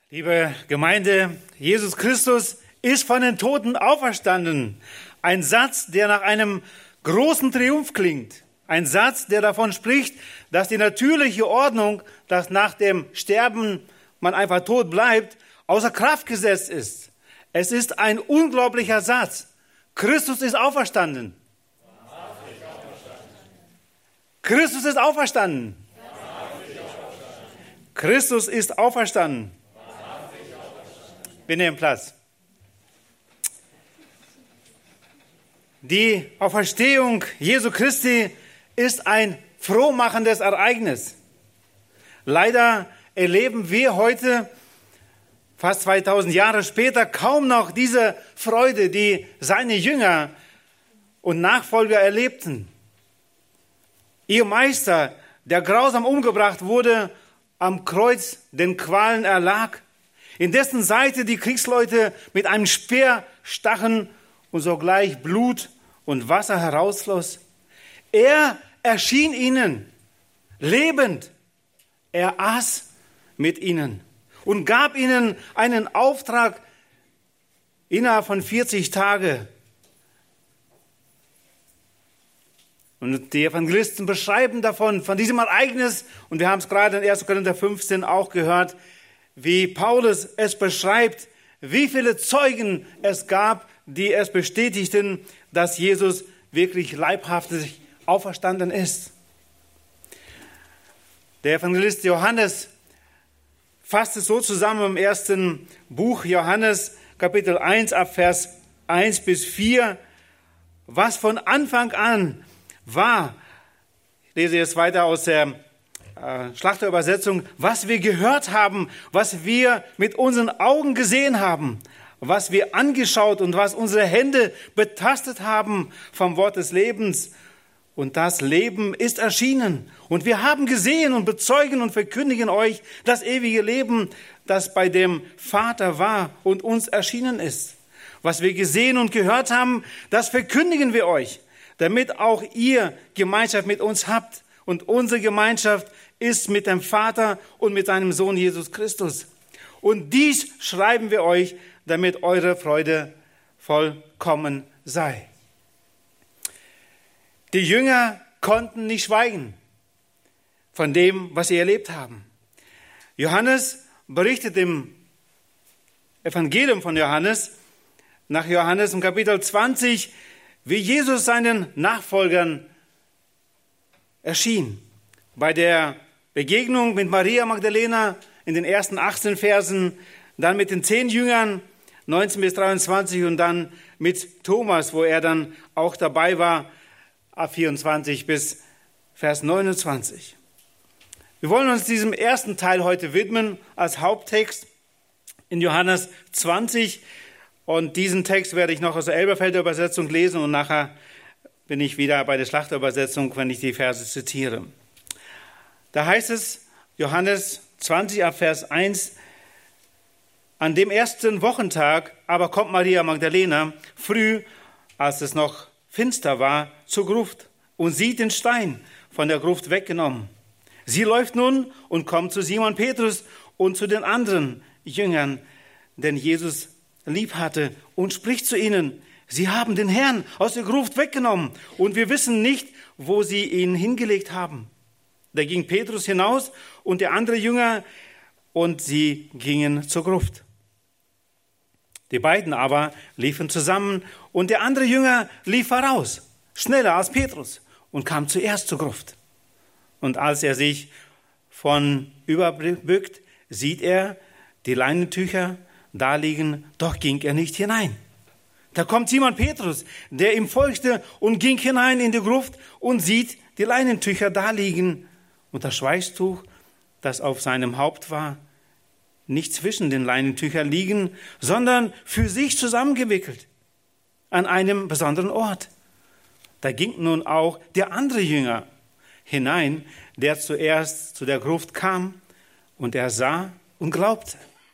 Liebe Gemeinde, Jesus Christus ist von den Toten auferstanden. Ein Satz, der nach einem großen Triumph klingt. Ein Satz, der davon spricht, dass die natürliche Ordnung, dass nach dem Sterben man einfach tot bleibt, außer Kraft gesetzt ist. Es ist ein unglaublicher Satz. Christus ist auferstanden. Christus ist auferstanden. Christus ist auferstanden. Wir nehmen Platz. Die Auferstehung Jesu Christi ist ein frohmachendes Ereignis. Leider erleben wir heute, fast 2000 Jahre später, kaum noch diese Freude, die seine Jünger und Nachfolger erlebten. Ihr Meister, der grausam umgebracht wurde, am Kreuz den Qualen erlag, in dessen Seite die Kriegsleute mit einem Speer stachen und sogleich Blut und Wasser herausfloss. Er erschien ihnen lebend. Er aß mit ihnen und gab ihnen einen Auftrag innerhalb von 40 Tagen. Und die Evangelisten beschreiben davon, von diesem Ereignis, und wir haben es gerade in 1. Korinther 15 auch gehört, wie Paulus es beschreibt, wie viele Zeugen es gab, die es bestätigten, dass Jesus wirklich leibhaftig auferstanden ist. Der Evangelist Johannes fasst es so zusammen im ersten Buch Johannes, Kapitel 1, ab Vers 1 bis 4, was von Anfang an war. Ich lese jetzt weiter aus der Schlachterübersetzung, was wir gehört haben, was wir mit unseren Augen gesehen haben, was wir angeschaut und was unsere Hände betastet haben vom Wort des Lebens. Und das Leben ist erschienen. Und wir haben gesehen und bezeugen und verkündigen euch das ewige Leben, das bei dem Vater war und uns erschienen ist. Was wir gesehen und gehört haben, das verkündigen wir euch, damit auch ihr Gemeinschaft mit uns habt. Und unsere Gemeinschaft ist mit dem Vater und mit seinem Sohn Jesus Christus. Und dies schreiben wir euch, damit eure Freude vollkommen sei. Die Jünger konnten nicht schweigen von dem, was sie erlebt haben. Johannes berichtet im Evangelium von Johannes, nach Johannes im Kapitel 20, wie Jesus seinen Nachfolgern erschien. Bei der Begegnung mit Maria Magdalena in den ersten 18 Versen, dann mit den 10 Jüngern, 19 bis 23 und dann mit Thomas, wo er dann auch dabei war, ab 24 bis Vers 29. Wir wollen uns diesem ersten Teil heute widmen als Haupttext in Johannes 20. Und diesen Text werde ich noch aus der Elberfelder Übersetzung lesen und nachher bin ich wieder bei der Schlachterübersetzung, wenn ich die Verse zitiere. Da heißt es, Johannes 20 ab Vers 1, an dem ersten Wochentag aber kommt Maria Magdalena früh, als es noch finster war, zur Gruft und sieht den Stein von der Gruft weggenommen. Sie läuft nun und kommt zu Simon Petrus und zu den anderen Jüngern, den Jesus lieb hatte, und spricht zu ihnen, sie haben den Herrn aus der Gruft weggenommen und wir wissen nicht, wo sie ihn hingelegt haben. Da ging Petrus hinaus und der andere Jünger und sie gingen zur Gruft. Die beiden aber liefen zusammen und der andere Jünger lief voraus, schneller als Petrus und kam zuerst zur Gruft. Und als er sich von überbückt, sieht er die Leinentücher da liegen, doch ging er nicht hinein. Da kommt Simon Petrus, der ihm folgte und ging hinein in die Gruft und sieht die Leinentücher da liegen und das Schweißtuch, das auf seinem Haupt war, nicht zwischen den Leinentüchern liegen, sondern für sich zusammengewickelt an einem besonderen Ort. Da ging nun auch der andere Jünger hinein, der zuerst zu der Gruft kam, und er sah und glaubte.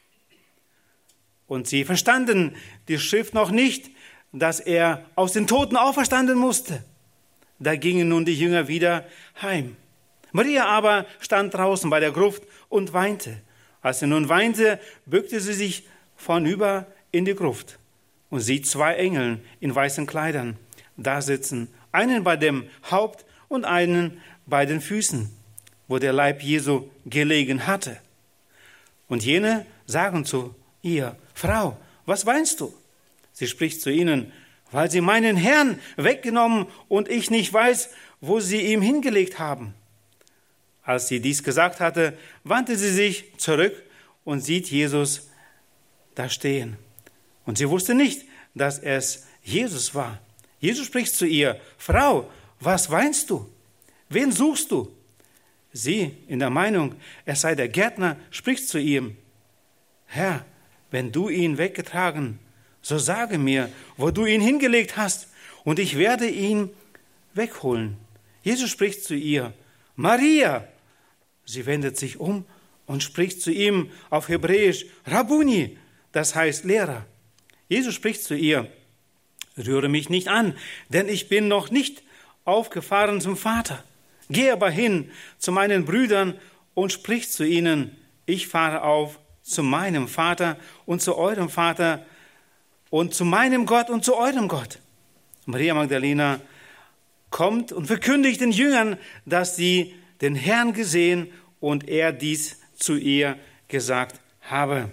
Und sie verstanden die Schrift noch nicht, dass er aus den Toten auferstanden musste. Da gingen nun die Jünger wieder heim. Maria aber stand draußen bei der Gruft und weinte. Als er nun weinte, bückte sie sich vornüber in die Gruft und sieht 2 Engel in weißen Kleidern da sitzen, einen bei dem Haupt und einen bei den Füßen, wo der Leib Jesu gelegen hatte. Und jene sagen zu ihr: Frau, was weinst du? Sie spricht zu ihnen: Weil sie meinen Herrn weggenommen und ich nicht weiß, wo sie ihn hingelegt haben. Als sie dies gesagt hatte, wandte sie sich zurück und sieht Jesus da stehen. Und sie wusste nicht, dass es Jesus war. Jesus spricht zu ihr: Frau, was weinst du? Wen suchst du? Sie, in der Meinung, es sei der Gärtner, spricht zu ihm: Herr, wenn du ihn weggetragen, so sage mir, wo du ihn hingelegt hast, und ich werde ihn wegholen. Jesus spricht zu ihr: Maria! Sie wendet sich um und spricht zu ihm auf Hebräisch: Rabbuni, das heißt Lehrer. Jesus spricht zu ihr: Rühre mich nicht an, denn ich bin noch nicht aufgefahren zum Vater. Geh aber hin zu meinen Brüdern und sprich zu ihnen: Ich fahre auf zu meinem Vater und zu eurem Vater und zu meinem Gott und zu eurem Gott. Maria Magdalena kommt und verkündigt den Jüngern, dass sie den Herrn gesehen und er dies zu ihr gesagt habe.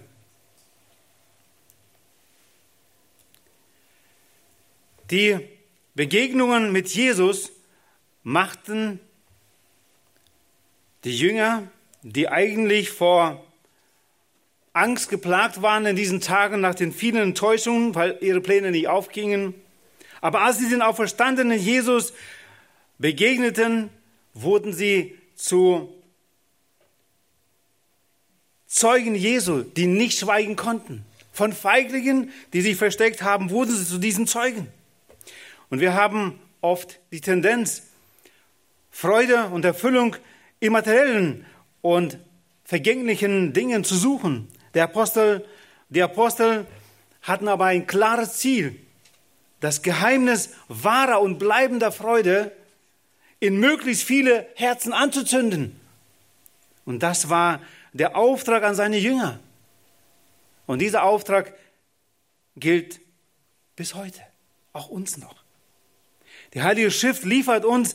Die Begegnungen mit Jesus machten die Jünger, die eigentlich vor Angst geplagt waren in diesen Tagen nach den vielen Enttäuschungen, weil ihre Pläne nicht aufgingen. Aber als sie den auferstandenen Jesus begegneten, wurden sie zu Zeugen Jesu, die nicht schweigen konnten. Von Feiglingen, die sich versteckt haben, wurden sie zu diesen Zeugen. Und wir haben oft die Tendenz, Freude und Erfüllung in materiellen und vergänglichen Dingen zu suchen. Die Apostel hatten aber ein klares Ziel: das Geheimnis wahrer und bleibender Freude in möglichst viele Herzen anzuzünden. Und das war der Auftrag an seine Jünger. Und dieser Auftrag gilt bis heute, auch uns noch. Die Heilige Schrift liefert uns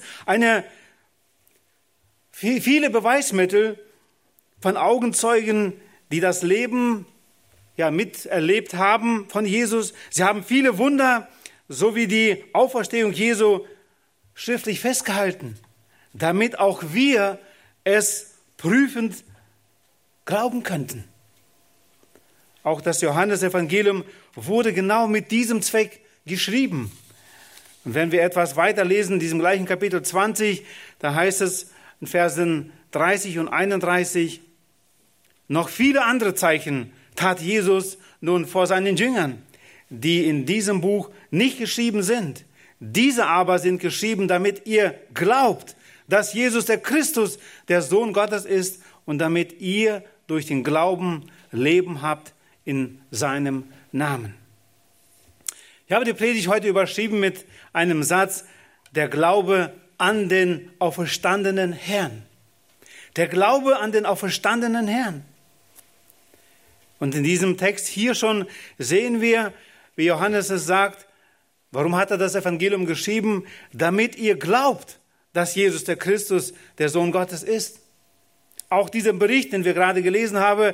viele Beweismittel von Augenzeugen, die das Leben miterlebt haben von Jesus. Sie haben viele Wunder sowie die Auferstehung Jesu schriftlich festgehalten, damit auch wir es prüfend glauben könnten. Auch das Johannesevangelium wurde genau mit diesem Zweck geschrieben. Und wenn wir etwas weiterlesen in diesem gleichen Kapitel 20, da heißt es in Versen 30 und 31, noch viele andere Zeichen tat Jesus nun vor seinen Jüngern, die in diesem Buch nicht geschrieben sind. Diese aber sind geschrieben, damit ihr glaubt, dass Jesus der Christus, der Sohn Gottes ist, und damit ihr durch den Glauben Leben habt in seinem Namen. Ich habe die Predigt heute überschrieben mit einem Satz: der Glaube an den auferstandenen Herrn. Der Glaube an den auferstandenen Herrn. Und in diesem Text hier schon sehen wir, wie Johannes es sagt. Warum hat er das Evangelium geschrieben? Damit ihr glaubt, dass Jesus der Christus, der Sohn Gottes ist. Auch diesen Bericht, den wir gerade gelesen haben,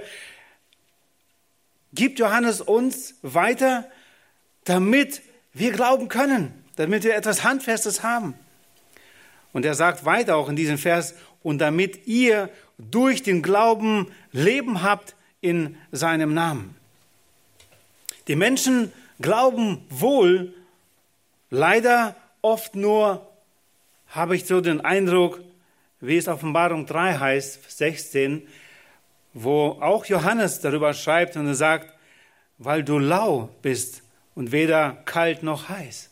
gibt Johannes uns weiter, damit wir glauben können, damit wir etwas Handfestes haben. Und er sagt weiter auch in diesem Vers: und damit ihr durch den Glauben Leben habt in seinem Namen. Die Menschen glauben wohl, leider oft nur, habe ich so den Eindruck, wie es Offenbarung 3 heißt, 16, wo auch Johannes darüber schreibt und er sagt: weil du lau bist und weder kalt noch heiß.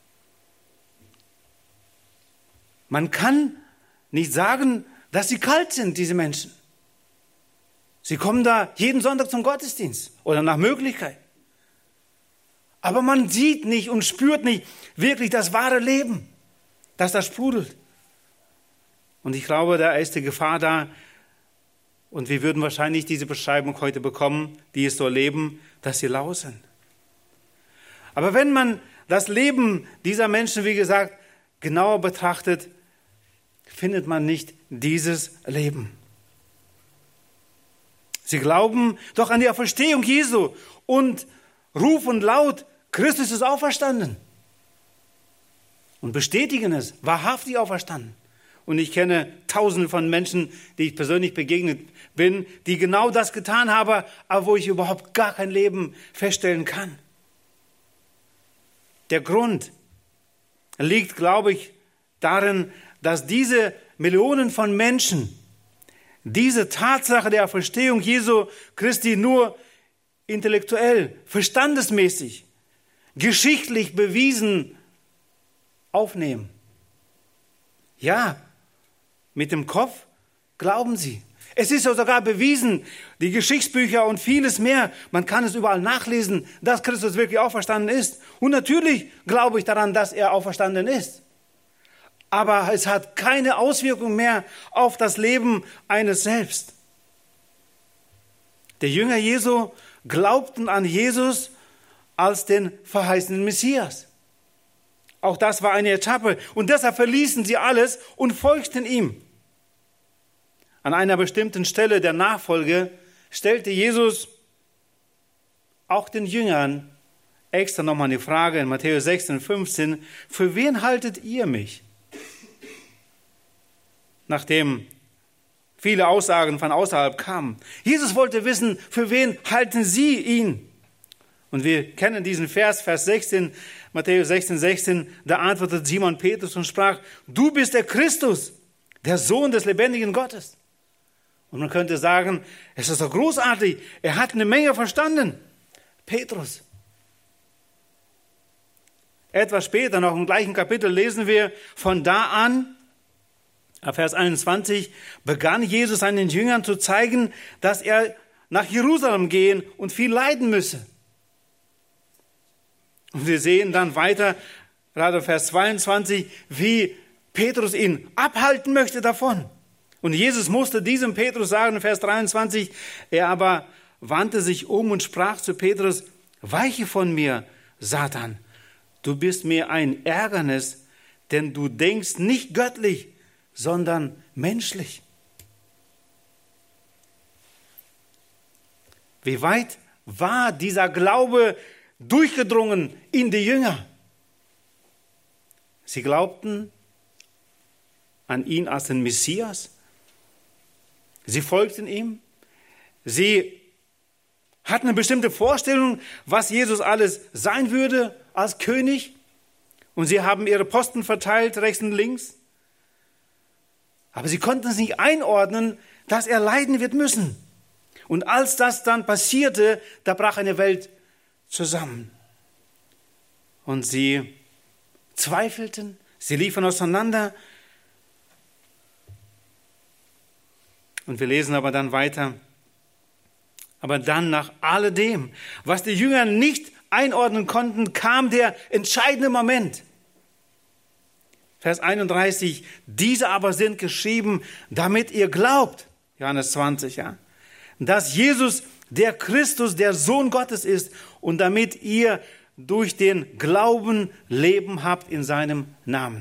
Man kann nicht sagen, dass sie kalt sind, diese Menschen. Sie kommen da jeden Sonntag zum Gottesdienst oder nach Möglichkeit. Aber man sieht nicht und spürt nicht wirklich das wahre Leben, dass das sprudelt. Und ich glaube, da ist die Gefahr da, Und wir würden wahrscheinlich diese Beschreibung heute bekommen, die es so leben, dass sie lau sind. Aber wenn man das Leben dieser Menschen, wie gesagt, genauer betrachtet, findet man nicht dieses Leben. Sie glauben doch an die Auferstehung Jesu und rufen laut, Christus ist auferstanden. Und bestätigen es, wahrhaftig auferstanden. Und ich kenne Tausende von Menschen, die ich persönlich begegnet bin, die genau das getan haben, aber wo ich überhaupt gar kein Leben feststellen kann. Der Grund liegt, glaube ich, darin, dass diese Millionen von Menschen diese Tatsache der Auferstehung Jesu Christi nur intellektuell, verstandesmäßig, geschichtlich bewiesen aufnehmen. Ja, mit dem Kopf glauben sie. Es ist ja sogar bewiesen, die Geschichtsbücher und vieles mehr, man kann es überall nachlesen, dass Christus wirklich auferstanden ist. Und natürlich glaube ich daran, dass er auferstanden ist. Aber es hat keine Auswirkung mehr auf das Leben eines selbst. Die Jünger Jesu glaubten an Jesus als den verheißenen Messias. Auch das war eine Etappe. Und deshalb verließen sie alles und folgten ihm. An einer bestimmten Stelle der Nachfolge stellte Jesus auch den Jüngern extra nochmal eine Frage in Matthäus 16, 15. Für wen haltet ihr mich? Nachdem viele Aussagen von außerhalb kamen. Jesus wollte wissen, für wen halten sie ihn? Und wir kennen diesen Vers 16, Matthäus 16, 16. Da antwortete Simon Petrus und sprach, du bist der Christus, der Sohn des lebendigen Gottes. Und man könnte sagen, es ist doch großartig, er hat eine Menge verstanden. Petrus. Etwas später, noch im gleichen Kapitel, lesen wir, von da an, ab Vers 21, begann Jesus seinen Jüngern zu zeigen, dass er nach Jerusalem gehen und viel leiden müsse. Und wir sehen dann weiter, gerade Vers 22, wie Petrus ihn abhalten möchte davon. Und Jesus musste diesem Petrus sagen, Vers 23, er aber wandte sich um und sprach zu Petrus, weiche von mir, Satan, du bist mir ein Ärgernis, denn du denkst nicht göttlich, sondern menschlich. Wie weit war dieser Glaube durchgedrungen in die Jünger? Sie glaubten an ihn als den Messias. Sie folgten ihm. Sie hatten eine bestimmte Vorstellung, was Jesus alles sein würde als König. Und sie haben ihre Posten verteilt, rechts und links. Aber sie konnten es nicht einordnen, dass er leiden wird müssen. Und als das dann passierte, da brach eine Welt zusammen. Und sie zweifelten, sie liefen auseinander. Und wir lesen aber dann weiter. Aber dann nach alledem, was die Jünger nicht einordnen konnten, kam der entscheidende Moment. Vers 31, diese aber sind geschrieben, damit ihr glaubt, Johannes 20, ja, dass Jesus der Christus, der Sohn Gottes ist und damit ihr durch den Glauben Leben habt in seinem Namen.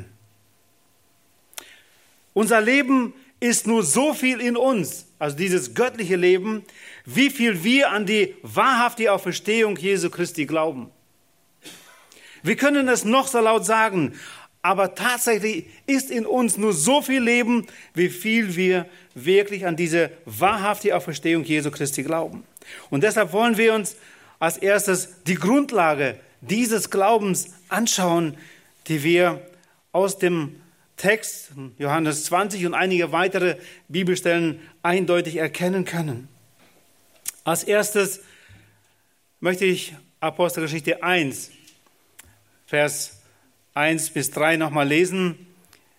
Unser Leben ist nur so viel in uns, also dieses göttliche Leben, wie viel wir an die wahrhafte Auferstehung Jesu Christi glauben. Wir können es noch so laut sagen, aber tatsächlich ist in uns nur so viel Leben, wie viel wir wirklich an diese wahrhafte Auferstehung Jesu Christi glauben. Und deshalb wollen wir uns als erstes die Grundlage dieses Glaubens anschauen, die wir aus dem Text, Johannes 20 und einige weitere Bibelstellen eindeutig erkennen können. Als erstes möchte ich Apostelgeschichte 1, Vers 1 bis 3 nochmal lesen.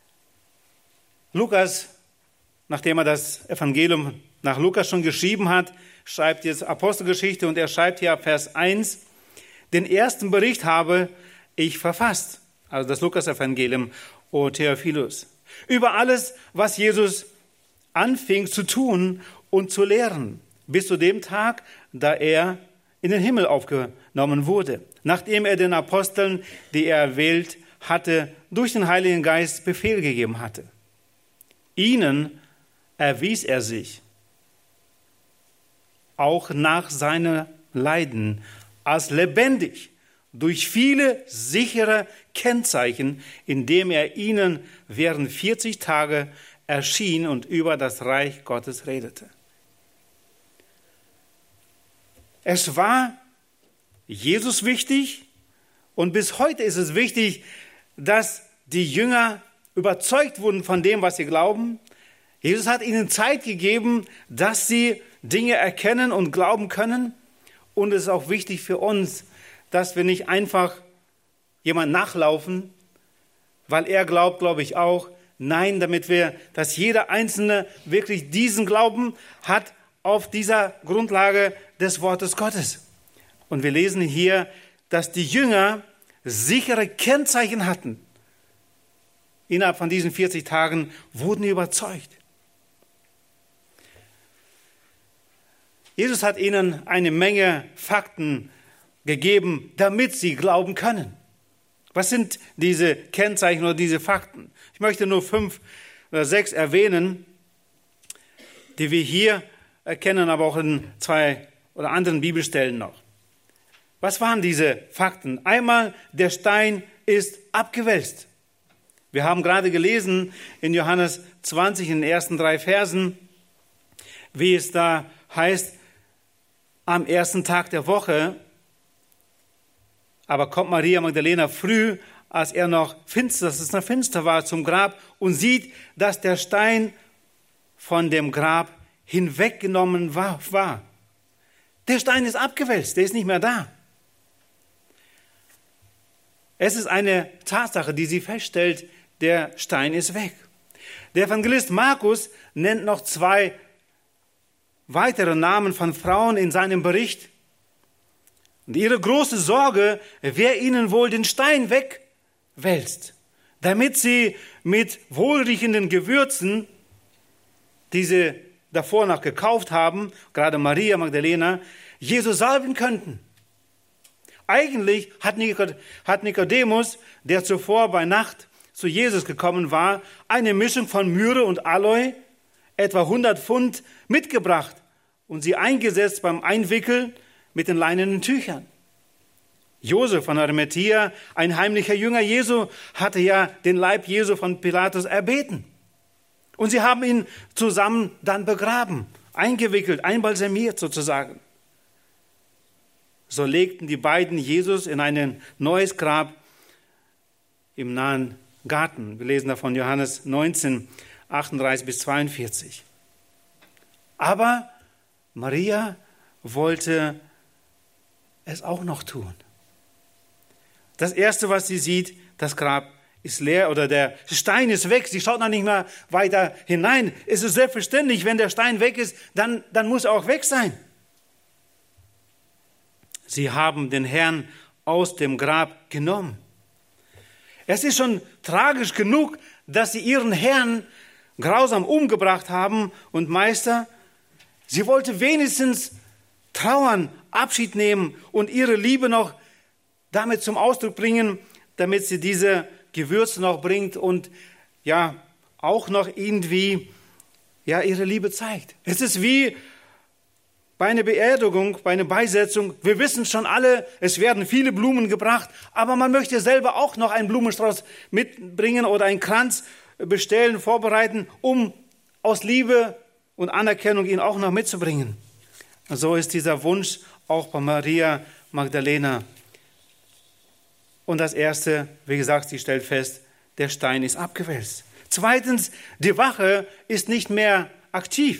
Lukas, nachdem er das Evangelium nach Lukas schon geschrieben hat, schreibt jetzt Apostelgeschichte und er schreibt hier ab Vers 1, den ersten Bericht habe ich verfasst, also das Lukas-Evangelium, O Theophilus, über alles, was Jesus anfing zu tun und zu lehren, bis zu dem Tag, da er in den Himmel aufgenommen wurde, nachdem er den Aposteln, die er erwählt hatte, durch den Heiligen Geist Befehl gegeben hatte. Ihnen erwies er sich auch nach seinen Leiden als lebendig durch viele sichere Kennzeichen, indem er ihnen während 40 Tage erschien und über das Reich Gottes redete. Es war Jesus wichtig und bis heute ist es wichtig, dass die Jünger überzeugt wurden von dem, was sie glauben. Jesus hat ihnen Zeit gegeben, dass sie Dinge erkennen und glauben können. Und es ist auch wichtig für uns, dass wir nicht einfach jemand nachlaufen, weil er glaubt, glaube ich auch. Nein, dass jeder Einzelne wirklich diesen Glauben hat auf dieser Grundlage des Wortes Gottes. Und wir lesen hier, dass die Jünger sichere Kennzeichen hatten. Innerhalb von diesen 40 Tagen wurden sie überzeugt. Jesus hat ihnen eine Menge Fakten gegeben, damit sie glauben können. Was sind diese Kennzeichen oder diese Fakten? Ich möchte nur 5 oder 6 erwähnen, die wir hier erkennen, aber auch in 2 oder anderen Bibelstellen noch. Was waren diese Fakten? Einmal, der Stein ist abgewälzt. Wir haben gerade gelesen in Johannes 20, in den ersten 3 Versen, wie es da heißt, am ersten Tag der Woche, aber kommt Maria Magdalena früh, als es noch finster war, zum Grab und sieht, dass der Stein von dem Grab hinweggenommen war. Der Stein ist abgewälzt, der ist nicht mehr da. Es ist eine Tatsache, die sie feststellt, der Stein ist weg. Der Evangelist Markus nennt noch 2 weitere Namen von Frauen in seinem Bericht. Und ihre große Sorge, wer ihnen wohl den Stein wegwälzt, damit sie mit wohlriechenden Gewürzen, die sie davor noch gekauft haben, gerade Maria Magdalena, Jesus salben könnten. Eigentlich hat Nikodemus, der zuvor bei Nacht zu Jesus gekommen war, eine Mischung von Myrrhe und Aloe, etwa 100 Pfund, mitgebracht und sie eingesetzt beim Einwickeln mit den leinenen Tüchern. Josef von Arimathäa, ein heimlicher Jünger Jesu, hatte ja den Leib Jesu von Pilatus erbeten. Und sie haben ihn zusammen dann begraben, eingewickelt, einbalsamiert sozusagen. So legten die beiden Jesus in ein neues Grab im nahen Garten. Wir lesen davon Johannes 19, 38 bis 42. Aber Maria wollte es auch noch tun. Das Erste, was sie sieht, das Grab ist leer oder der Stein ist weg. Sie schaut noch nicht mal weiter hinein. Es ist selbstverständlich, wenn der Stein weg ist, dann muss er auch weg sein. Sie haben den Herrn aus dem Grab genommen. Es ist schon tragisch genug, dass sie ihren Herrn grausam umgebracht haben. Und Meister, sie wollte wenigstens trauern, Abschied nehmen und ihre Liebe noch damit zum Ausdruck bringen, damit sie diese Gewürze noch bringt und ja auch noch irgendwie ihre Liebe zeigt. Es ist wie bei einer Beerdigung, bei einer Beisetzung. Wir wissen schon alle, es werden viele Blumen gebracht, aber man möchte selber auch noch einen Blumenstrauß mitbringen oder einen Kranz bestellen, vorbereiten, um aus Liebe und Anerkennung ihn auch noch mitzubringen. Und so ist dieser Wunsch auch bei Maria Magdalena. Und das Erste, wie gesagt, sie stellt fest, der Stein ist abgewälzt. Zweitens, die Wache ist nicht mehr aktiv.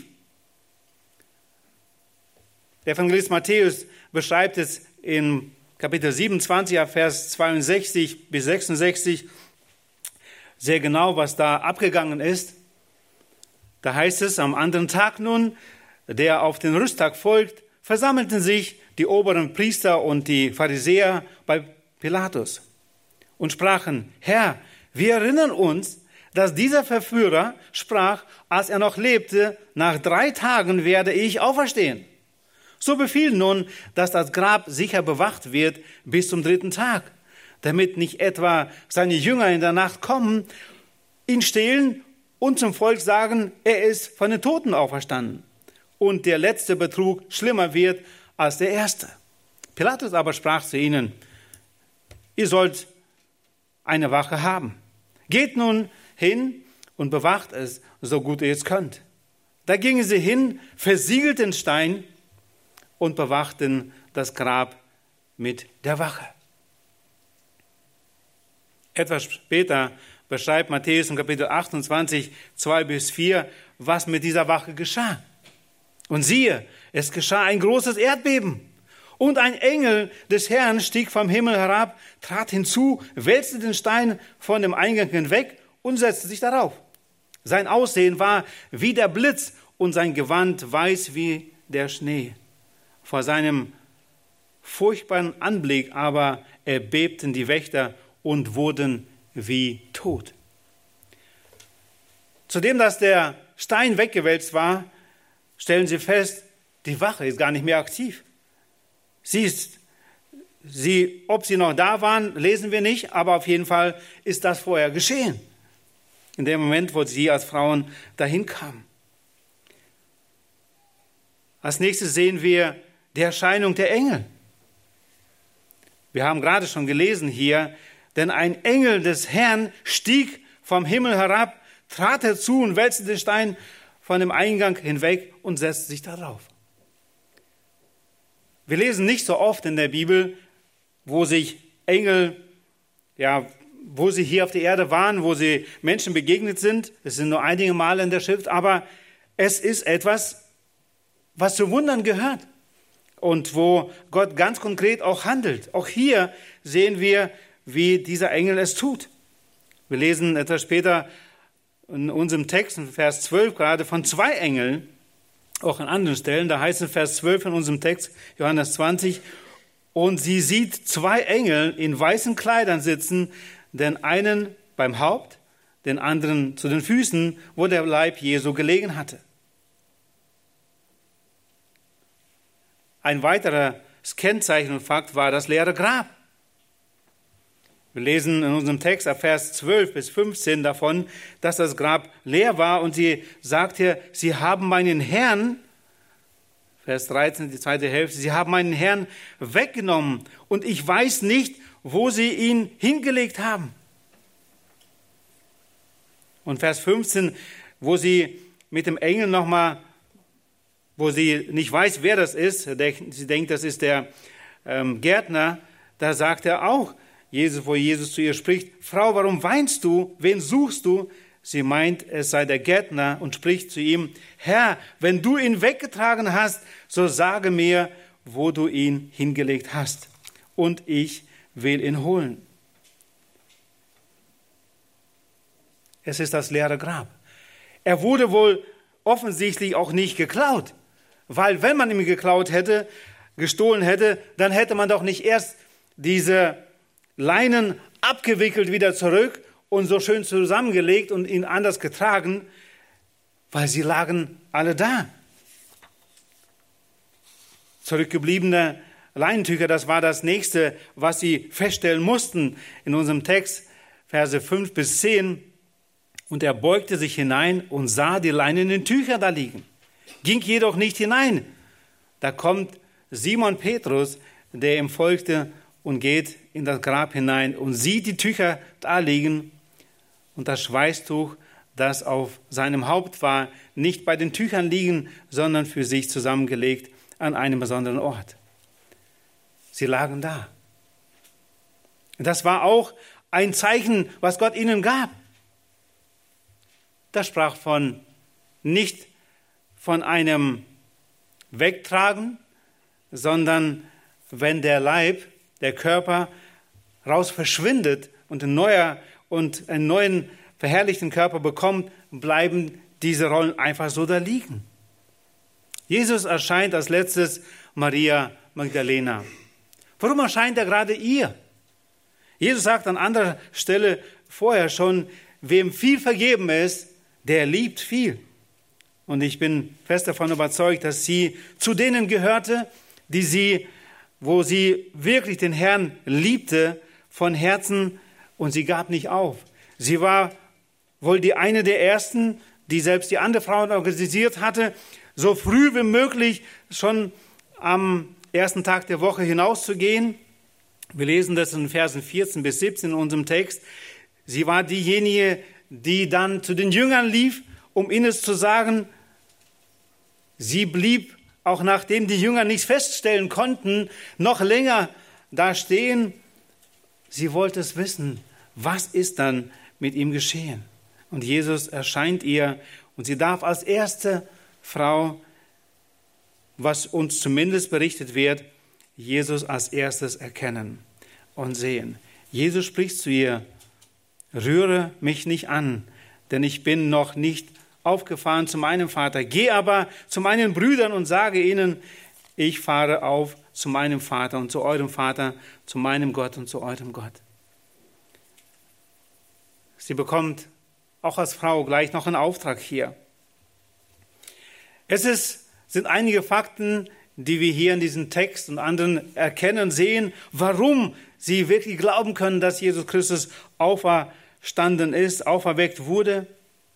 Der Evangelist Matthäus beschreibt es in Kapitel 27, Vers 62 bis 66 sehr genau, was da abgegangen ist. Da heißt es, am anderen Tag nun, der auf den Rüsttag folgt, versammelten sich die oberen Priester und die Pharisäer bei Pilatus und sprachen, Herr, wir erinnern uns, dass dieser Verführer sprach, als er noch lebte, nach 3 Tagen werde ich auferstehen. So befiel nun, dass das Grab sicher bewacht wird bis zum 3. Tag, damit nicht etwa seine Jünger in der Nacht kommen, ihn stehlen und zum Volk sagen, er ist von den Toten auferstanden. Und der letzte Betrug schlimmer wird als der erste. Pilatus aber sprach zu ihnen, ihr sollt eine Wache haben. Geht nun hin und bewacht es, so gut ihr es könnt. Da gingen sie hin, versiegelten den Stein und bewachten das Grab mit der Wache. Etwas später beschreibt Matthäus im Kapitel 28, 2-4, was mit dieser Wache geschah. Und siehe, es geschah ein großes Erdbeben. Und ein Engel des Herrn stieg vom Himmel herab, trat hinzu, wälzte den Stein von dem Eingang hinweg und setzte sich darauf. Sein Aussehen war wie der Blitz und sein Gewand weiß wie der Schnee. Vor seinem furchtbaren Anblick aber erbebten die Wächter und wurden wie tot. Zudem, dass der Stein weggewälzt war, stellen sie fest, die Wache ist gar nicht mehr aktiv. Ob sie noch da waren, lesen wir nicht, aber auf jeden Fall ist das vorher geschehen. In dem Moment, wo sie als Frauen dahin kamen. Als nächstes sehen wir die Erscheinung der Engel. Wir haben gerade schon gelesen hier, denn ein Engel des Herrn stieg vom Himmel herab, trat herzu und wälzte den Stein von dem Eingang hinweg und setzte sich darauf. Wir lesen nicht so oft in der Bibel, wo sich Engel, wo sie hier auf der Erde waren, wo sie Menschen begegnet sind. Es sind nur einige Male in der Schrift, aber es ist etwas, was zu Wundern gehört und wo Gott ganz konkret auch handelt. Auch hier sehen wir, wie dieser Engel es tut. Wir lesen etwas später in unserem Text, in Vers 12, gerade von 2 Engeln, auch an anderen Stellen. Da heißt es in Vers 12 in unserem Text, Johannes 20, und sie sieht 2 Engel in weißen Kleidern sitzen, den einen beim Haupt, den anderen zu den Füßen, wo der Leib Jesu gelegen hatte. Ein weiteres Kennzeichen und Fakt war das leere Grab. Wir lesen in unserem Text ab Vers 12-15 davon, dass das Grab leer war und sie sagt hier, sie haben meinen Herrn, Vers 13, die zweite Hälfte, sie haben meinen Herrn weggenommen und ich weiß nicht, wo sie ihn hingelegt haben. Und Vers 15, wo sie mit dem Engel nochmal, wo sie nicht weiß, wer das ist, sie denkt, das ist der Gärtner, da sagt er auch, wo Jesus zu ihr spricht, Frau, warum weinst du? Wen suchst du? Sie meint, es sei der Gärtner und spricht zu ihm, Herr, wenn du ihn weggetragen hast, so sage mir, wo du ihn hingelegt hast. Und ich will ihn holen. Es ist das leere Grab. Er wurde wohl offensichtlich auch nicht geklaut, weil wenn man ihn geklaut hätte, gestohlen hätte, dann hätte man doch nicht erst diese Leinen abgewickelt wieder zurück und so schön zusammengelegt und ihn anders getragen, weil sie lagen alle da. Zurückgebliebene Leinentücher, das war das Nächste, was sie feststellen mussten in unserem Text, Verse 5-10. Und er beugte sich hinein und sah die leinenen Tücher da liegen, ging jedoch nicht hinein. Da kommt Simon Petrus, der ihm folgte, und geht in das Grab hinein und sieht die Tücher da liegen und das Schweißtuch, das auf seinem Haupt war, nicht bei den Tüchern liegen, sondern für sich zusammengelegt an einem besonderen Ort. Sie lagen da. Das war auch ein Zeichen, was Gott ihnen gab. Das sprach nicht von einem Wegtragen, sondern wenn der Leib, der Körper raus verschwindet und einen neuen verherrlichten Körper bekommt, bleiben diese Rollen einfach so da liegen. Jesus erscheint als letztes Maria Magdalena. Warum erscheint er gerade ihr? Jesus sagt an anderer Stelle vorher schon, wem viel vergeben ist, der liebt viel. Und ich bin fest davon überzeugt, dass sie zu denen gehörte, wo sie wirklich den Herrn liebte von Herzen, und sie gab nicht auf. Sie war wohl die eine der ersten, die selbst die andere Frauen organisiert hatte, so früh wie möglich schon am ersten Tag der Woche hinauszugehen. Wir lesen das in Versen 14 bis 17 in unserem Text. Sie war diejenige, die dann zu den Jüngern lief, um ihnen zu sagen, sie blieb, auch nachdem die Jünger nichts feststellen konnten, noch länger da stehen. Sie wollte es wissen, was ist dann mit ihm geschehen? Und Jesus erscheint ihr und sie darf als erste Frau, was uns zumindest berichtet wird, Jesus als erstes erkennen und sehen. Jesus spricht zu ihr, rühre mich nicht an, denn ich bin noch nicht aufgefahren zu meinem Vater. Geh aber zu meinen Brüdern und sage ihnen, ich fahre auf zu meinem Vater und zu eurem Vater, zu meinem Gott und zu eurem Gott. Sie bekommt auch als Frau gleich noch einen Auftrag hier. Sind einige Fakten, die wir hier in diesem Text und anderen erkennen, sehen, warum sie wirklich glauben können, dass Jesus Christus auferstanden ist, auferweckt wurde.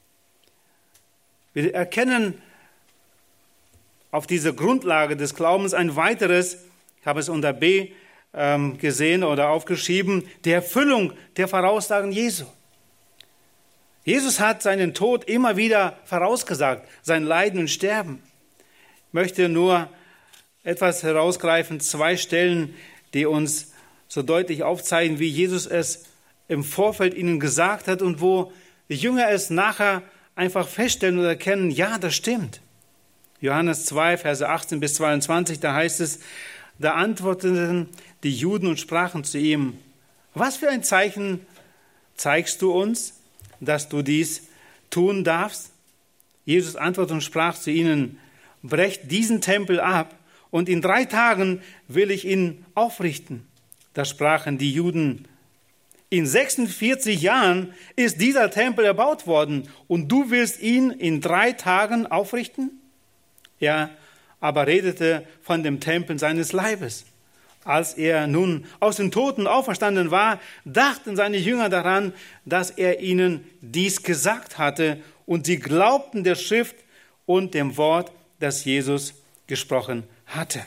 Wir erkennen auf dieser Grundlage des Glaubens ein weiteres, ich habe es unter B gesehen oder aufgeschrieben, die Erfüllung der Voraussagen Jesu. Jesus hat seinen Tod immer wieder vorausgesagt, sein Leiden und Sterben. Ich möchte nur etwas herausgreifen, 2 Stellen, die uns so deutlich aufzeigen, wie Jesus es im Vorfeld ihnen gesagt hat und wo die Jünger es nachher einfach feststellen und erkennen, ja, das stimmt. Johannes 2, Verse 18 bis 22, da heißt es, da antworteten die Juden und sprachen zu ihm, was für ein Zeichen zeigst du uns, dass du dies tun darfst? Jesus antwortete und sprach zu ihnen, brecht diesen Tempel ab und in 3 Tagen will ich ihn aufrichten. Da sprachen die Juden, in 46 Jahren ist dieser Tempel erbaut worden und du willst ihn in 3 Tagen aufrichten? Er aber redete von dem Tempel seines Leibes. Als er nun aus den Toten auferstanden war, dachten seine Jünger daran, dass er ihnen dies gesagt hatte, und sie glaubten der Schrift und dem Wort, das Jesus gesprochen hatte.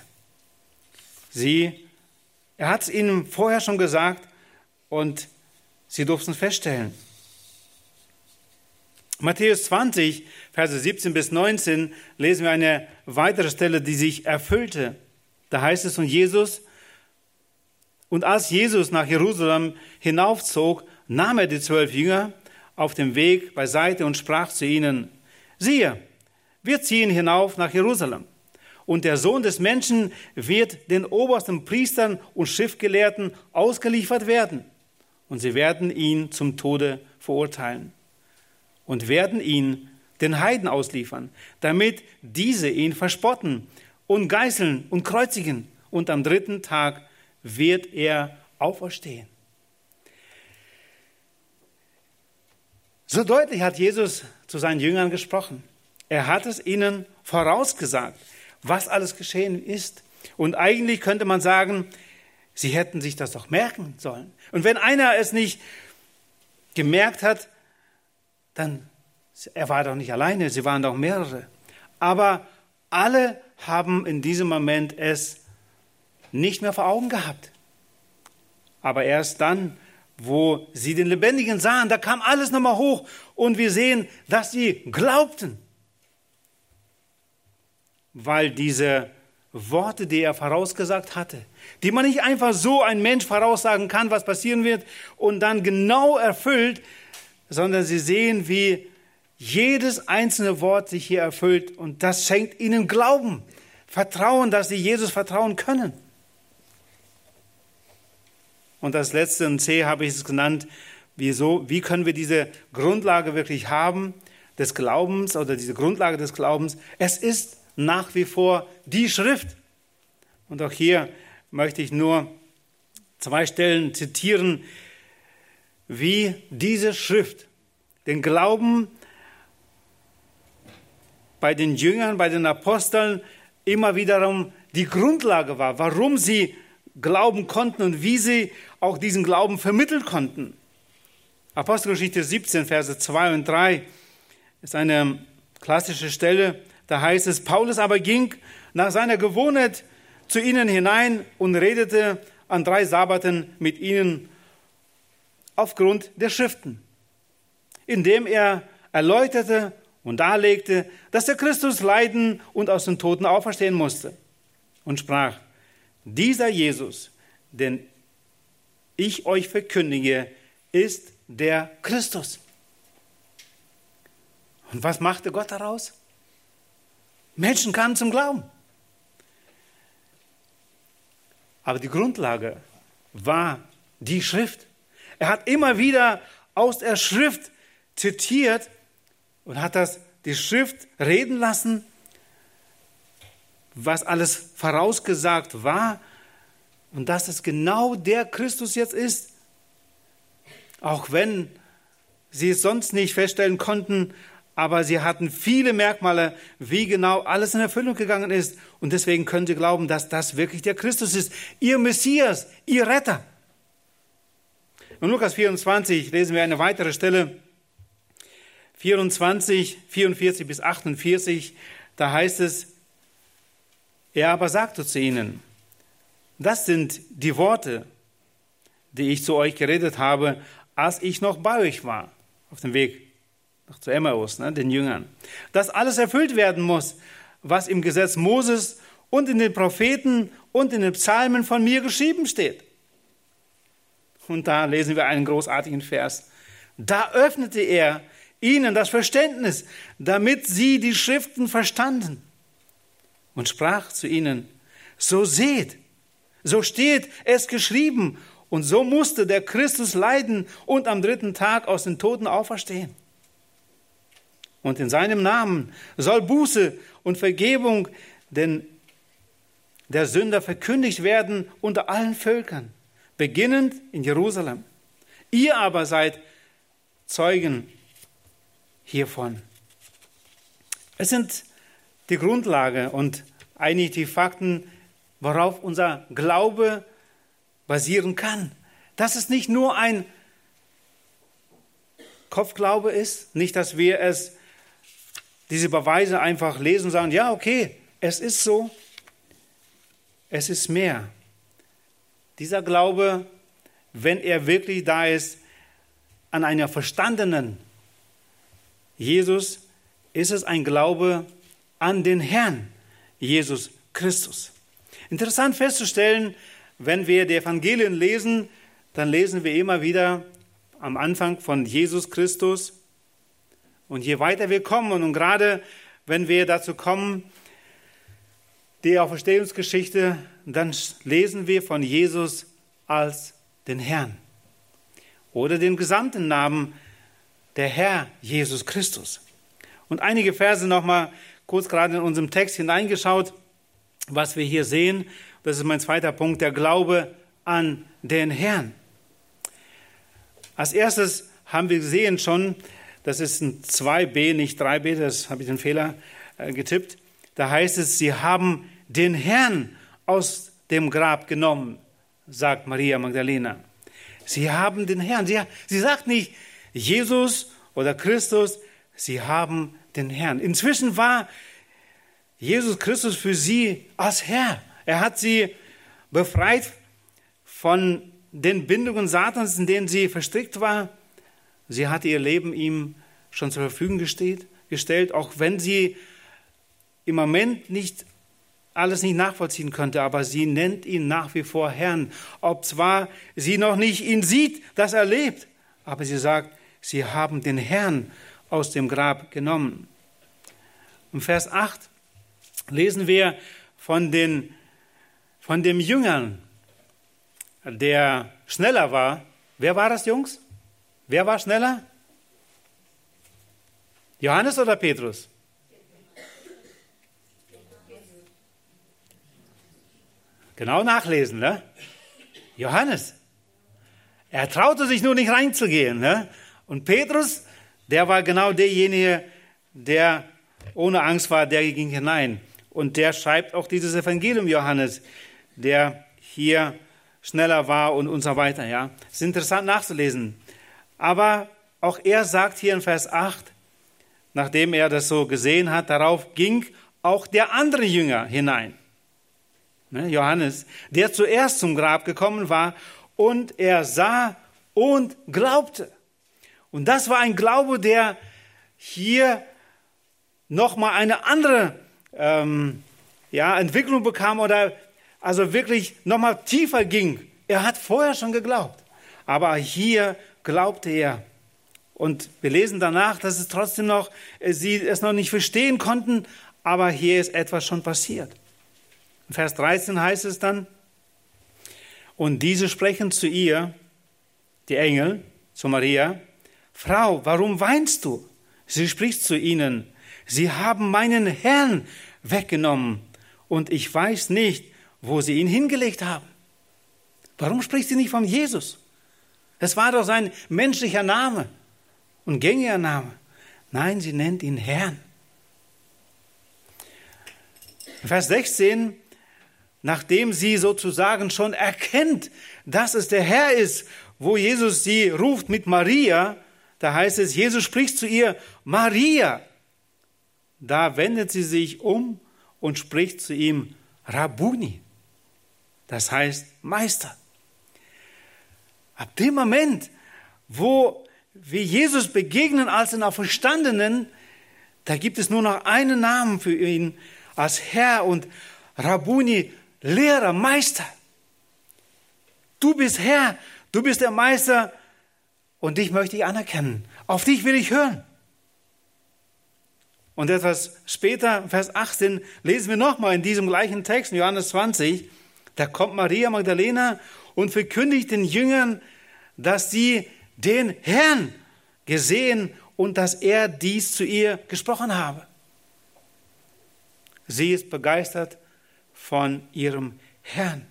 Er hat es ihnen vorher schon gesagt und sie durften es feststellen. Matthäus 20, Verse 17 bis 19 lesen wir eine weitere Stelle, die sich erfüllte. Da heißt es, und als Jesus nach Jerusalem hinaufzog, nahm er die 12 Jünger auf dem Weg beiseite und sprach zu ihnen, siehe, wir ziehen hinauf nach Jerusalem. Und der Sohn des Menschen wird den obersten Priestern und Schriftgelehrten ausgeliefert werden. Und sie werden ihn zum Tode verurteilen und werden ihn den Heiden ausliefern, damit diese ihn verspotten und geißeln und kreuzigen. Und am 3. Tag wird er auferstehen. So deutlich hat Jesus zu seinen Jüngern gesprochen. Er hat es ihnen vorausgesagt, was alles geschehen ist. Und eigentlich könnte man sagen, sie hätten sich das doch merken sollen. Und wenn einer es nicht gemerkt hat, dann, er war doch nicht alleine, sie waren doch mehrere. Aber alle haben in diesem Moment es nicht mehr vor Augen gehabt. Aber erst dann, wo sie den Lebendigen sahen, da kam alles nochmal hoch und wir sehen, dass sie glaubten. Weil diese Worte, die er vorausgesagt hatte, die man nicht einfach so ein Mensch voraussagen kann, was passieren wird und dann genau erfüllt, sondern sie sehen, wie jedes einzelne Wort sich hier erfüllt und das schenkt ihnen Glauben, Vertrauen, dass sie Jesus vertrauen können. Und das letzte, in C habe ich es genannt, wie können wir diese Grundlage wirklich haben, des Glaubens oder diese Grundlage des Glaubens? Es ist nach wie vor die Schrift. Und auch hier möchte ich nur 2 Stellen zitieren, wie diese Schrift den Glauben bei den Jüngern, bei den Aposteln immer wiederum die Grundlage war, warum sie glauben konnten und wie sie auch diesen Glauben vermitteln konnten. Apostelgeschichte 17, Verse 2 und 3 ist eine klassische Stelle. Da heißt es, Paulus aber ging nach seiner Gewohnheit zu ihnen hinein und redete an 3 Sabbaten mit ihnen aufgrund der Schriften, indem er erläuterte und darlegte, dass der Christus leiden und aus den Toten auferstehen musste und sprach, dieser Jesus, den ich euch verkündige, ist der Christus. Und was machte Gott daraus? Menschen kamen zum Glauben. Aber die Grundlage war die Schrift. Er hat immer wieder aus der Schrift zitiert und hat die Schrift reden lassen, was alles vorausgesagt war und dass es genau der Christus jetzt ist. Auch wenn sie es sonst nicht feststellen konnten, aber sie hatten viele Merkmale, wie genau alles in Erfüllung gegangen ist. Und deswegen können sie glauben, dass das wirklich der Christus ist, ihr Messias, ihr Retter. In Lukas 24 lesen wir eine weitere Stelle, 24, 44 bis 48, da heißt es, er aber sagte zu ihnen, das sind die Worte, die ich zu euch geredet habe, als ich noch bei euch war, auf dem Weg noch zu Emmaus, den Jüngern. Dass alles erfüllt werden muss, was im Gesetz Moses und in den Propheten und in den Psalmen von mir geschrieben steht. Und da lesen wir einen großartigen Vers. Da öffnete er ihnen das Verständnis, damit sie die Schriften verstanden und sprach zu ihnen, so seht, so steht es geschrieben und so musste der Christus leiden und am 3. Tag aus den Toten auferstehen. Und in seinem Namen soll Buße und Vergebung denn der Sünder verkündigt werden unter allen Völkern, beginnend in Jerusalem. Ihr aber seid Zeugen hiervon. Es sind die Grundlage und eigentlich die Fakten, worauf unser Glaube basieren kann. Dass es nicht nur ein Kopfglaube ist, nicht, dass wir diese Beweise einfach lesen und sagen, ja, okay, es ist so, es ist mehr. Dieser Glaube, wenn er wirklich da ist, an einer verstandenen Jesus, ist es ein Glaube an den Herrn Jesus Christus. Interessant festzustellen, wenn wir die Evangelien lesen, dann lesen wir immer wieder am Anfang von Jesus Christus. Und je weiter wir kommen, und gerade wenn wir dazu kommen, die Auferstehungsgeschichte, dann lesen wir von Jesus als den Herrn. Oder den gesamten Namen, der Herr Jesus Christus. Und einige Verse nochmal kurz gerade in unserem Text hineingeschaut, was wir hier sehen. Das ist mein zweiter Punkt, der Glaube an den Herrn. Als erstes haben wir gesehen schon, das ist ein 2b, nicht 3b, das habe ich den Fehler getippt. Da heißt es, sie haben den Herrn aus dem Grab genommen, sagt Maria Magdalena. Sie haben den Herrn. Sie sagt nicht Jesus oder Christus, sie haben den Herrn. Inzwischen war Jesus Christus für sie als Herr. Er hat sie befreit von den Bindungen Satans, in denen sie verstrickt war. Sie hatte ihr Leben ihm schon zur Verfügung gestellt, auch wenn sie im Moment alles nicht nachvollziehen könnte, aber sie nennt ihn nach wie vor Herrn. Ob zwar sie noch nicht ihn sieht, dass er lebt, aber sie sagt, sie haben den Herrn aus dem Grab genommen. Im Vers 8 lesen wir von dem Jüngern, der schneller war. Wer war das, Jungs? Wer war schneller? Johannes oder Petrus? Genau nachlesen, ne? Johannes. Er traute sich nur nicht reinzugehen, ne? Und Petrus, der war genau derjenige, der ohne Angst war, der ging hinein. Und der schreibt auch dieses Evangelium Johannes, der hier schneller war und so weiter. Ja, es ist interessant nachzulesen. Aber auch er sagt hier in Vers 8, nachdem er das so gesehen hat, darauf ging auch der andere Jünger hinein. Johannes, der zuerst zum Grab gekommen war, und er sah und glaubte. Und das war ein Glaube, der hier nochmal eine andere Entwicklung bekam oder also wirklich nochmal tiefer ging. Er hat vorher schon geglaubt, aber hier glaubte er. Und wir lesen danach, dass es trotzdem noch, sie es noch nicht verstehen konnten, aber hier ist etwas schon passiert. In Vers 13 heißt es dann, und diese sprechen zu ihr, die Engel, zu Maria, Frau, warum weinst du? Sie spricht zu ihnen, sie haben meinen Herrn weggenommen und ich weiß nicht, wo sie ihn hingelegt haben. Warum spricht sie nicht von Jesus? Es war doch sein menschlicher Name und gängiger Name. Nein, sie nennt ihn Herrn. Vers 16, nachdem sie sozusagen schon erkennt, dass es der Herr ist, wo Jesus sie ruft mit Maria, da heißt es, Jesus spricht zu ihr, Maria. Da wendet sie sich um und spricht zu ihm, Rabbuni. Das heißt Meister. Ab dem Moment, wo wir Jesus begegnen als den Auferstandenen, da gibt es nur noch einen Namen für ihn als Herr und Rabbuni, Lehrer, Meister. Du bist Herr, du bist der Meister und dich möchte ich anerkennen. Auf dich will ich hören. Und etwas später, Vers 18, lesen wir nochmal in diesem gleichen Text, in Johannes 20, da kommt Maria Magdalena und verkündigt den Jüngern, dass sie den Herrn gesehen und dass er dies zu ihr gesprochen habe. Sie ist begeistert von ihrem Herrn.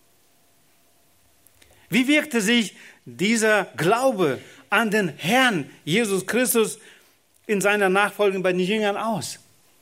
Wie wirkte sich dieser Glaube an den Herrn Jesus Christus in seiner Nachfolge bei den Jüngern aus?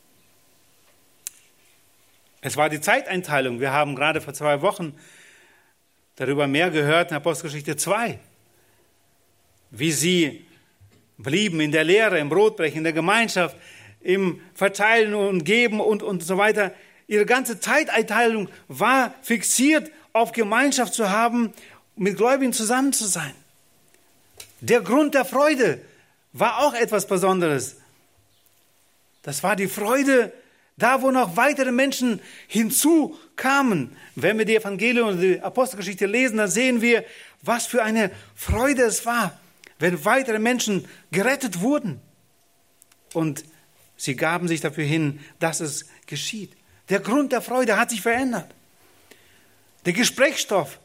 Es war die Zeiteinteilung. Wir haben gerade vor 2 Wochen darüber mehr gehört in Apostelgeschichte 2, wie sie blieben in der Lehre, im Brotbrechen, in der Gemeinschaft, im Verteilen und Geben und so weiter. Ihre ganze Zeiteinteilung war fixiert auf Gemeinschaft zu haben, mit Gläubigen zusammen zu sein. Der Grund der Freude war auch etwas Besonderes. Das war die Freude, da wo noch weitere Menschen hinzukamen. Wenn wir die Evangelien und die Apostelgeschichte lesen, dann sehen wir, was für eine Freude es war, wenn weitere Menschen gerettet wurden. Und sie gaben sich dafür hin, dass es geschieht. Der Grund der Freude hat sich verändert. Der Gesprächsstoff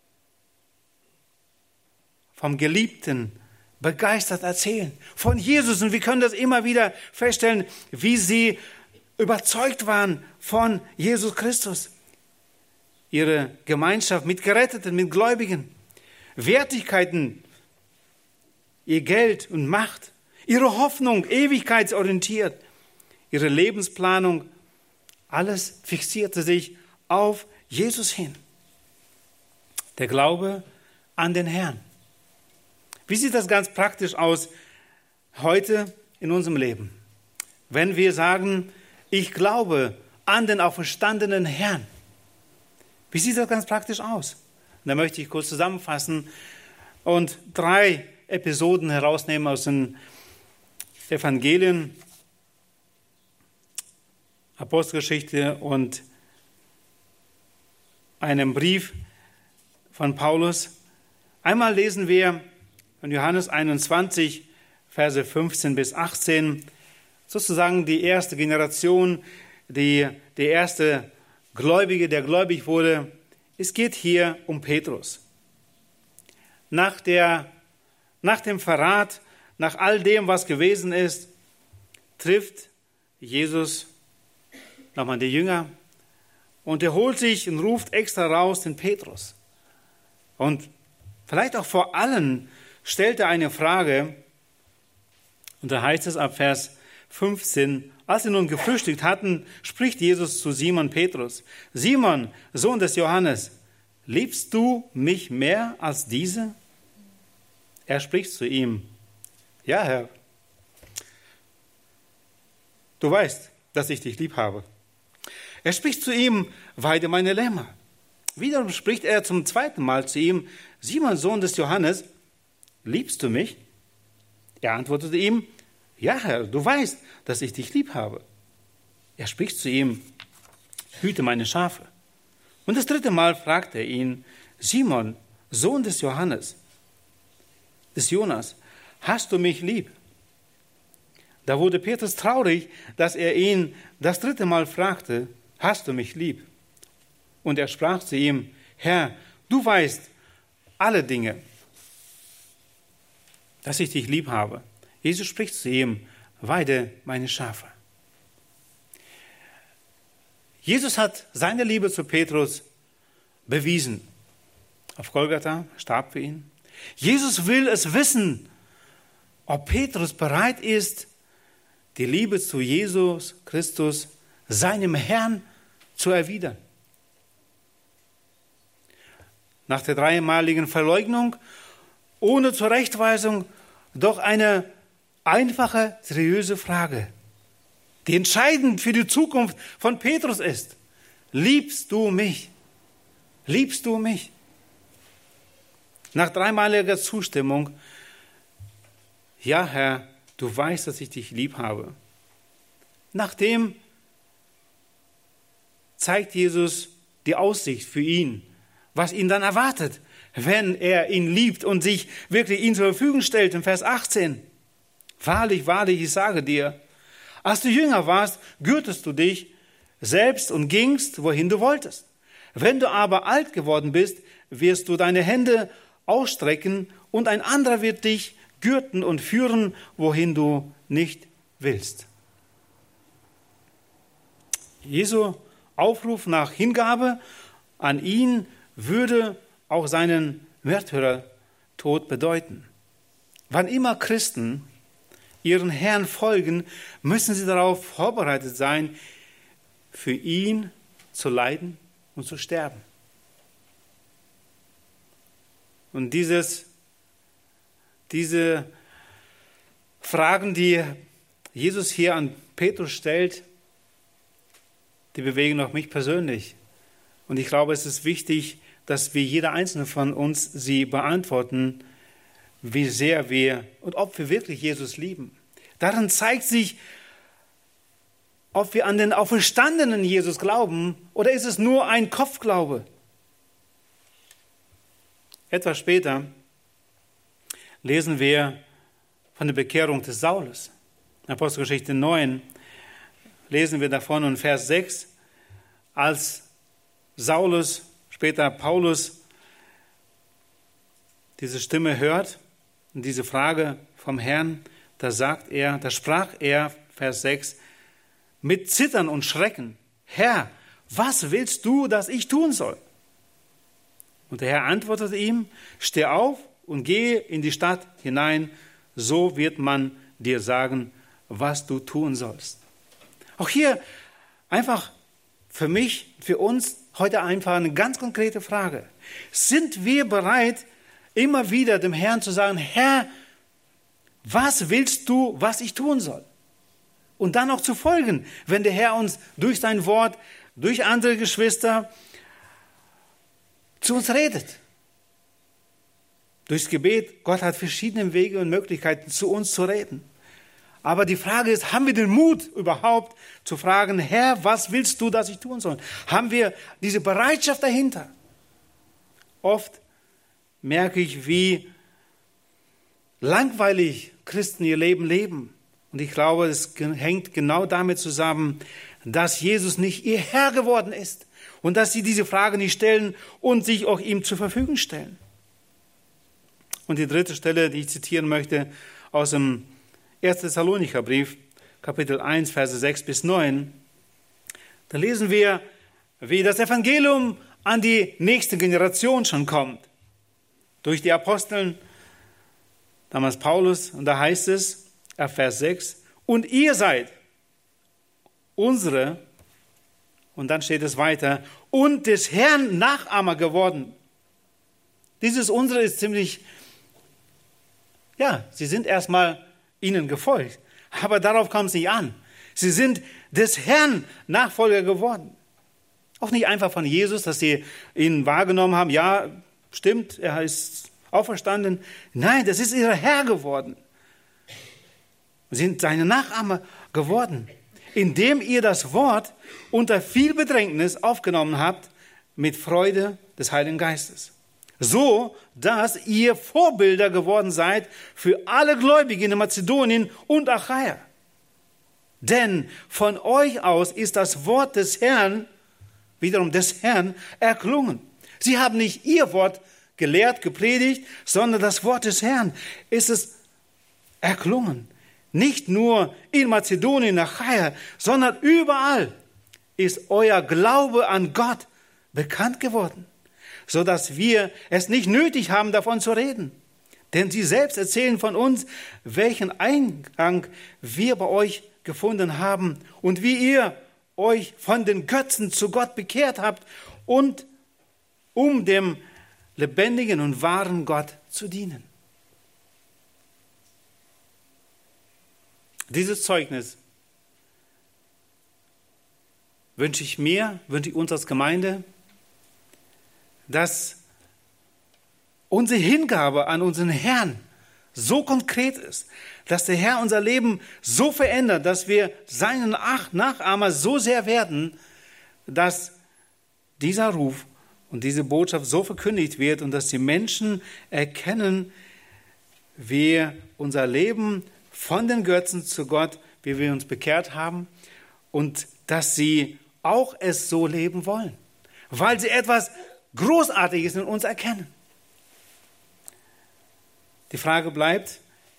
vom Geliebten begeistert erzählen. Von Jesus. Und wir können das immer wieder feststellen, wie sie überzeugt waren von Jesus Christus. Ihre Gemeinschaft mit Geretteten, mit Gläubigen. Wertigkeiten, ihr Geld und Macht. Ihre Hoffnung, ewigkeitsorientiert. Ihre Lebensplanung, alles fixierte sich auf Jesus hin. Der Glaube an den Herrn. Wie sieht das ganz praktisch aus heute in unserem Leben? Wenn wir sagen, ich glaube an den auferstandenen Herrn. Wie sieht das ganz praktisch aus? Und da möchte ich kurz zusammenfassen und 3 Episoden herausnehmen aus den Evangelien, Apostelgeschichte und einem Brief von Paulus. Einmal lesen wir von Johannes 21, Verse 15 bis 18, sozusagen die erste Generation, die erste Gläubige, der gläubig wurde. Es geht hier um Petrus. Nach dem Verrat, nach all dem, was gewesen ist, trifft Jesus nochmal die Jünger und er holt sich und ruft extra raus den Petrus. Und vielleicht auch vor allen stellt er eine Frage, Und da heißt es ab Vers 15, als sie nun gefrühstückt hatten, spricht Jesus zu Simon Petrus: Simon, Sohn des Johannes, liebst du mich mehr als diese? Er spricht zu ihm: Ja, Herr, du weißt, dass ich dich lieb habe. Er spricht zu ihm: Weide meine Lämmer. Wiederum spricht er zum zweiten Mal zu ihm: Simon, Sohn des Johannes, liebst du mich? Er antwortete ihm: Ja, Herr, du weißt, dass ich dich lieb habe. Er spricht zu ihm: Hüte meine Schafe. Und das dritte Mal fragt er ihn: Simon, Sohn des Johannes, des Jonas, hast du mich lieb? Da wurde Petrus traurig, dass er ihn das dritte Mal fragte: Hast du mich lieb? Und er sprach zu ihm: Herr, du weißt alle Dinge, dass ich dich lieb habe. Jesus spricht zu ihm: Weide meine Schafe. Jesus hat seine Liebe zu Petrus bewiesen. Auf Golgatha starb für ihn. Jesus will es wissen, ob Petrus bereit ist, die Liebe zu Jesus Christus, seinem Herrn, zu erwidern. Nach der dreimaligen Verleugnung, ohne Zurechtweisung, doch eine einfache, seriöse Frage, die entscheidend für die Zukunft von Petrus ist: Liebst du mich? Liebst du mich? Nach dreimaliger Zustimmung: Ja, Herr, du weißt, dass ich dich lieb habe. Nachdem zeigt Jesus die Aussicht für ihn, was ihn dann erwartet, wenn er ihn liebt und sich wirklich ihm zur Verfügung stellt. In Vers 18: Wahrlich, wahrlich, ich sage dir, als du jünger warst, gürtest du dich selbst und gingst, wohin du wolltest. Wenn du aber alt geworden bist, wirst du deine Hände ausstrecken und ein anderer wird dich gürten und führen, wohin du nicht willst. Jesu Aufruf nach Hingabe an ihn würde auch seinen Märtyrertod bedeuten. Wann immer Christen ihren Herrn folgen, müssen sie darauf vorbereitet sein, für ihn zu leiden und zu sterben. Und diese Fragen, die Jesus hier an Petrus stellt, die bewegen auch mich persönlich. Und ich glaube, es ist wichtig, dass wir, jeder einzelne von uns, sie beantworten, wie sehr wir und ob wir wirklich Jesus lieben. Darin zeigt sich, ob wir an den auferstandenen Jesus glauben oder ist es nur ein Kopfglaube. Etwas später lesen wir von der Bekehrung des Saulus. In Apostelgeschichte 9 lesen wir davon in Vers 6, als Saulus, später Paulus, diese Stimme hört und diese Frage vom Herrn, da sprach er, Vers 6, mit Zittern und Schrecken: Herr, was willst du, dass ich tun soll? Und der Herr antwortete ihm: Steh auf und gehe in die Stadt hinein, so wird man dir sagen, was du tun sollst. Auch hier einfach für mich, für uns heute einfach eine ganz konkrete Frage. Sind wir bereit, immer wieder dem Herrn zu sagen: Herr, was willst du, was ich tun soll? Und dann auch zu folgen, wenn der Herr uns durch sein Wort, durch andere Geschwister zu uns redet. Durchs Gebet. Gott hat verschiedene Wege und Möglichkeiten, zu uns zu reden. Aber die Frage ist, haben wir den Mut überhaupt zu fragen: Herr, was willst du, dass ich tun soll? Haben wir diese Bereitschaft dahinter? Oft merke ich, wie langweilig Christen ihr Leben leben. Und ich glaube, es hängt genau damit zusammen, dass Jesus nicht ihr Herr geworden ist und dass sie diese Frage nicht stellen und sich auch ihm zur Verfügung stellen. Und die dritte Stelle, die ich zitieren möchte, aus dem 1. Thessalonicher Brief, Kapitel 1, Verse 6 bis 9. Da lesen wir, wie das Evangelium an die nächste Generation schon kommt. Durch die Aposteln, damals Paulus, und da heißt es, Vers 6, und ihr seid unsere, und dann steht es weiter, und des Herrn Nachahmer geworden. Dieses unsere ist ziemlich, sie sind erstmal ihnen gefolgt, aber darauf kam es nicht an. Sie sind des Herrn Nachfolger geworden. Auch nicht einfach von Jesus, dass sie ihn wahrgenommen haben, ja, stimmt, er ist auferstanden. Nein, das ist ihr Herr geworden. Sie sind seine Nachahmer geworden, indem ihr das Wort unter viel Bedrängnis aufgenommen habt mit Freude des Heiligen Geistes. So, dass ihr Vorbilder geworden seid für alle Gläubigen in Mazedonien und Achaia. Denn von euch aus ist das Wort des Herrn, wiederum des Herrn, erklungen. Sie haben nicht ihr Wort gelehrt, gepredigt, sondern das Wort des Herrn ist es erklungen. Nicht nur in Mazedonien, Achaia, sondern überall ist euer Glaube an Gott bekannt geworden, sodass wir es nicht nötig haben, davon zu reden. Denn sie selbst erzählen von uns, welchen Eingang wir bei euch gefunden haben und wie ihr euch von den Götzen zu Gott bekehrt habt und um dem lebendigen und wahren Gott zu dienen. Dieses Zeugnis wünsche ich mir, wünsche ich uns als Gemeinde, dass unsere Hingabe an unseren Herrn so konkret ist, dass der Herr unser Leben so verändert, dass wir seinen Nachahmer so sehr werden, dass dieser Ruf und diese Botschaft so verkündigt wird und dass die Menschen erkennen, wie unser Leben von den Götzen zu Gott, wie wir uns bekehrt haben und dass sie auch es so leben wollen, weil sie etwas Großartiges in uns erkennen. Die Frage bleibt,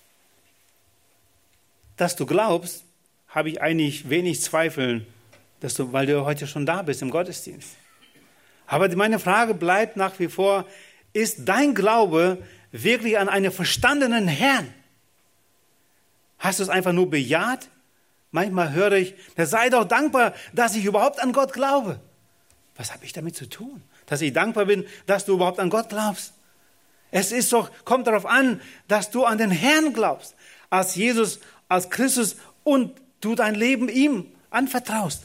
dass du glaubst, habe ich eigentlich wenig Zweifel, weil du heute schon da bist im Gottesdienst. Aber meine Frage bleibt nach wie vor, ist dein Glaube wirklich an einen verstandenen Herrn? Hast du es einfach nur bejaht? Manchmal höre ich, sei doch dankbar, dass ich überhaupt an Gott glaube. Was habe ich damit zu tun? Dass ich dankbar bin, dass du überhaupt an Gott glaubst. Kommt darauf an, dass du an den Herrn glaubst, als Jesus, als Christus und du dein Leben ihm anvertraust.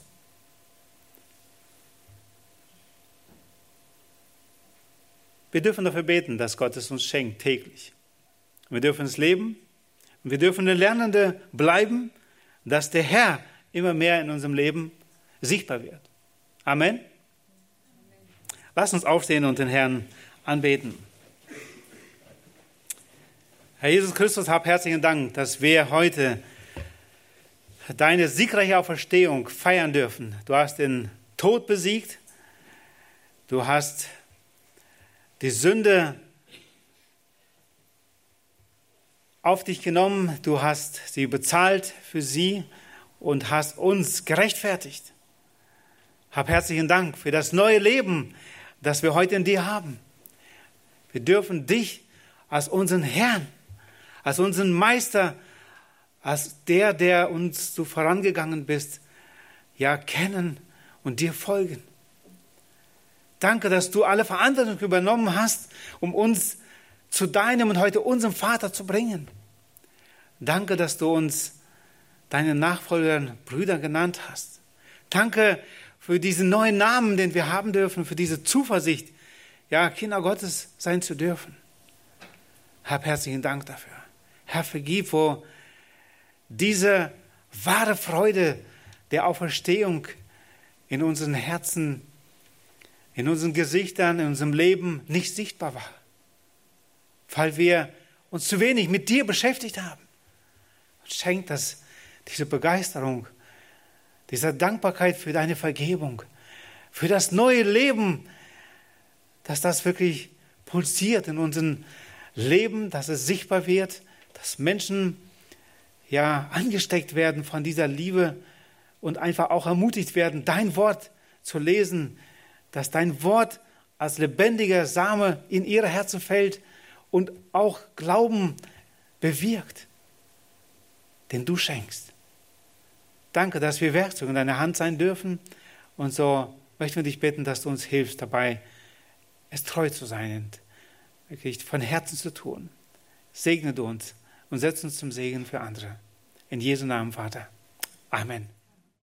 Wir dürfen dafür beten, dass Gott es uns schenkt, täglich. Wir dürfen es leben und wir dürfen der Lernende bleiben, dass der Herr immer mehr in unserem Leben sichtbar wird. Amen. Lass uns aufstehen und den Herrn anbeten. Herr Jesus Christus, hab herzlichen Dank, dass wir heute deine siegreiche Auferstehung feiern dürfen. Du hast den Tod besiegt. Du hast die Sünde auf dich genommen. Du hast sie bezahlt für sie und hast uns gerechtfertigt. Hab herzlichen Dank für das neue Leben, das wir heute in dir haben. Wir dürfen dich als unseren Herrn, als unseren Meister, als der uns so vorangegangen bist, kennen und dir folgen. Danke, dass du alle Verantwortung übernommen hast, um uns zu deinem und heute unserem Vater zu bringen. Danke, dass du uns deine Nachfolger, Brüder genannt hast. Danke für diesen neuen Namen, den wir haben dürfen, für diese Zuversicht, Kinder Gottes sein zu dürfen. Hab herzlichen Dank dafür. Herr, vergib, wo diese wahre Freude der Auferstehung in unseren Herzen, in unseren Gesichtern, in unserem Leben nicht sichtbar war, weil wir uns zu wenig mit dir beschäftigt haben. Schenk das, diese Begeisterung, diese Dankbarkeit für deine Vergebung, für das neue Leben, dass das wirklich pulsiert in unserem Leben, dass es sichtbar wird, dass Menschen angesteckt werden von dieser Liebe und einfach auch ermutigt werden, dein Wort zu lesen, dass dein Wort als lebendiger Same in ihre Herzen fällt und auch Glauben bewirkt. den du schenkst. Danke, dass wir Werkzeuge in deiner Hand sein dürfen. Und so möchten wir dich bitten, dass du uns hilfst dabei, es treu zu sein und wirklich von Herzen zu tun. Segne du uns und setz uns zum Segen für andere. In Jesu Namen, Vater. Amen.